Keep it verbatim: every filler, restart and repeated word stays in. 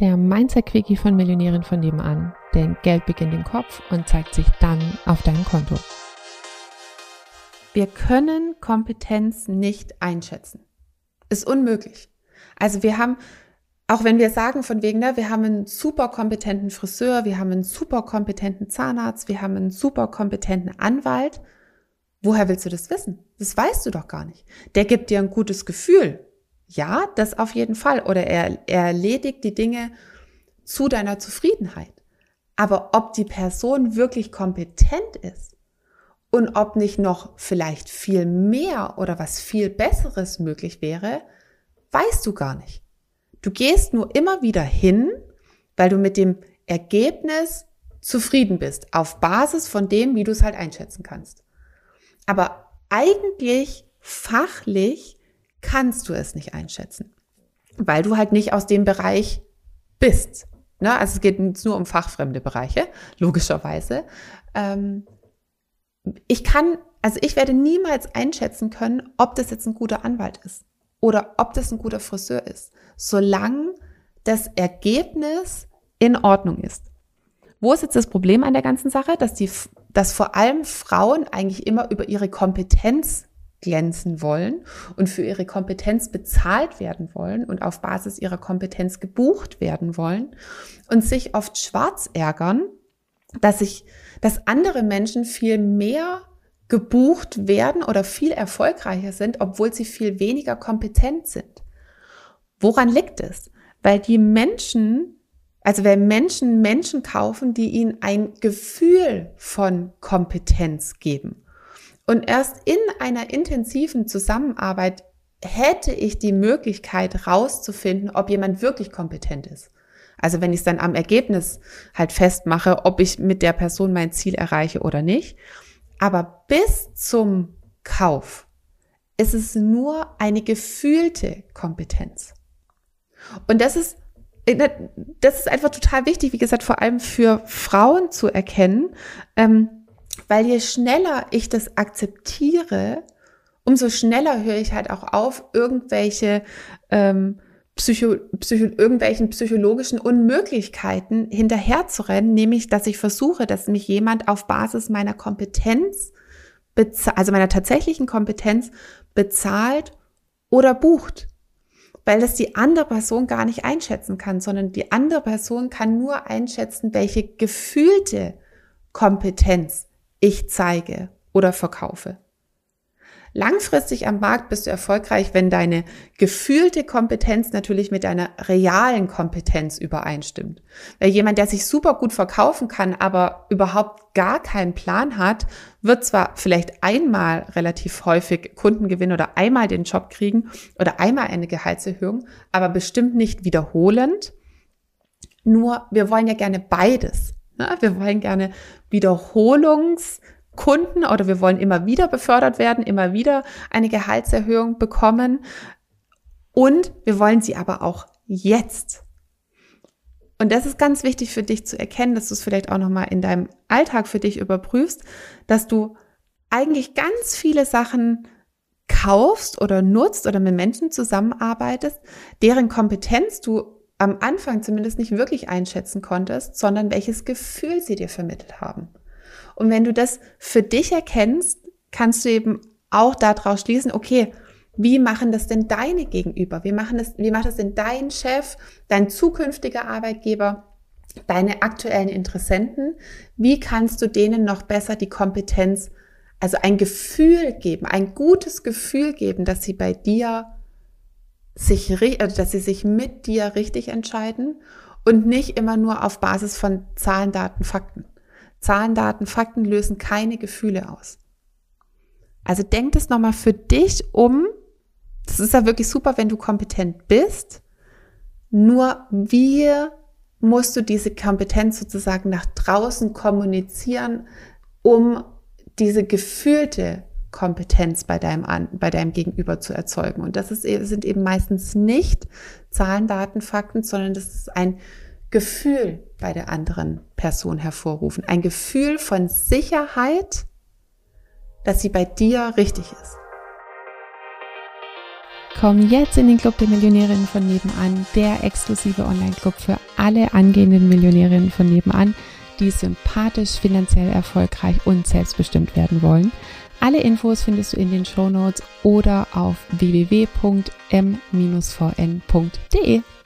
der Mindset-Quickie von Millionären von nebenan. Denn Geld beginnt im Kopf und zeigt sich dann auf deinem Konto. Wir können Kompetenz nicht einschätzen. Ist unmöglich. Also wir haben, auch wenn wir sagen von wegen, ne, wir haben einen super kompetenten Friseur, wir haben einen super kompetenten Zahnarzt, wir haben einen super kompetenten Anwalt. Woher willst du das wissen? Das weißt du doch gar nicht. Der gibt dir ein gutes Gefühl. Ja, das auf jeden Fall. Oder er, er erledigt die Dinge zu deiner Zufriedenheit. Aber ob die Person wirklich kompetent ist und ob nicht noch vielleicht viel mehr oder was viel Besseres möglich wäre, weißt du gar nicht. Du gehst nur immer wieder hin, weil du mit dem Ergebnis zufrieden bist, auf Basis von dem, wie du es halt einschätzen kannst. Aber eigentlich fachlich kannst du es nicht einschätzen, weil du halt nicht aus dem Bereich bist. Ne? Also es geht jetzt nur um fachfremde Bereiche, logischerweise. Ähm, ich kann, also ich werde niemals einschätzen können, ob das jetzt ein guter Anwalt ist oder ob das ein guter Friseur ist, solange das Ergebnis in Ordnung ist. Wo ist jetzt das Problem an der ganzen Sache? Dass die, dass vor allem Frauen eigentlich immer über ihre Kompetenz glänzen wollen und für ihre Kompetenz bezahlt werden wollen und auf Basis ihrer Kompetenz gebucht werden wollen und sich oft schwarz ärgern, dass sich, dass andere Menschen viel mehr gebucht werden oder viel erfolgreicher sind, obwohl sie viel weniger kompetent sind. Woran liegt es? Weil die Menschen, also weil Menschen Menschen kaufen, die ihnen ein Gefühl von Kompetenz geben. Und erst in einer intensiven Zusammenarbeit hätte ich die Möglichkeit rauszufinden, ob jemand wirklich kompetent ist. Also wenn ich es dann am Ergebnis halt festmache, ob ich mit der Person mein Ziel erreiche oder nicht. Aber bis zum Kauf ist es nur eine gefühlte Kompetenz. Und das ist, das ist einfach total wichtig, wie gesagt, vor allem für Frauen zu erkennen, ähm, weil je schneller ich das akzeptiere, umso schneller höre ich halt auch auf, irgendwelche ähm, Psycho, Psycho, irgendwelchen psychologischen Unmöglichkeiten hinterherzurennen, nämlich, dass ich versuche, dass mich jemand auf Basis meiner Kompetenz, beza- also meiner tatsächlichen Kompetenz bezahlt oder bucht. Weil das die andere Person gar nicht einschätzen kann, sondern die andere Person kann nur einschätzen, welche gefühlte Kompetenz ich zeige oder verkaufe. Langfristig am Markt bist du erfolgreich, wenn deine gefühlte Kompetenz natürlich mit deiner realen Kompetenz übereinstimmt. Weil jemand, der sich super gut verkaufen kann, aber überhaupt gar keinen Plan hat, wird zwar vielleicht einmal relativ häufig Kunden gewinnen oder einmal den Job kriegen oder einmal eine Gehaltserhöhung, aber bestimmt nicht wiederholend. Nur wir wollen ja gerne beides. Ne? Wir wollen gerne Wiederholungskunden oder wir wollen immer wieder befördert werden, immer wieder eine Gehaltserhöhung bekommen und wir wollen sie aber auch jetzt. Und das ist ganz wichtig für dich zu erkennen, dass du es vielleicht auch nochmal in deinem Alltag für dich überprüfst, dass du eigentlich ganz viele Sachen kaufst oder nutzt oder mit Menschen zusammenarbeitest, deren Kompetenz du am Anfang zumindest nicht wirklich einschätzen konntest, sondern welches Gefühl sie dir vermittelt haben. Und wenn du das für dich erkennst, kannst du eben auch daraus schließen, okay, wie machen das denn deine Gegenüber? Wie machen das, wie macht das denn dein Chef, dein zukünftiger Arbeitgeber, deine aktuellen Interessenten? Wie kannst du denen noch besser die Kompetenz, also ein Gefühl geben, ein gutes Gefühl geben, dass sie bei dir sich, also dass sie sich mit dir richtig entscheiden und nicht immer nur auf Basis von Zahlen, Daten, Fakten. Zahlen, Daten, Fakten lösen keine Gefühle aus. Also denk das nochmal für dich um. Das ist ja wirklich super, wenn du kompetent bist. Nur wie musst du diese Kompetenz sozusagen nach draußen kommunizieren, um diese gefühlte Kompetenz bei deinem, bei deinem Gegenüber zu erzeugen. Und das ist, sind eben meistens nicht Zahlen, Daten, Fakten, sondern das ist ein Gefühl bei der anderen Person hervorrufen. Ein Gefühl von Sicherheit, dass sie bei dir richtig ist. Komm jetzt in den Club der Millionärinnen von nebenan, der exklusive Online-Club für alle angehenden Millionärinnen von nebenan, die sympathisch, finanziell erfolgreich und selbstbestimmt werden wollen. Alle Infos findest du in den Shownotes oder auf w w w punkt m Bindestrich v n punkt d e.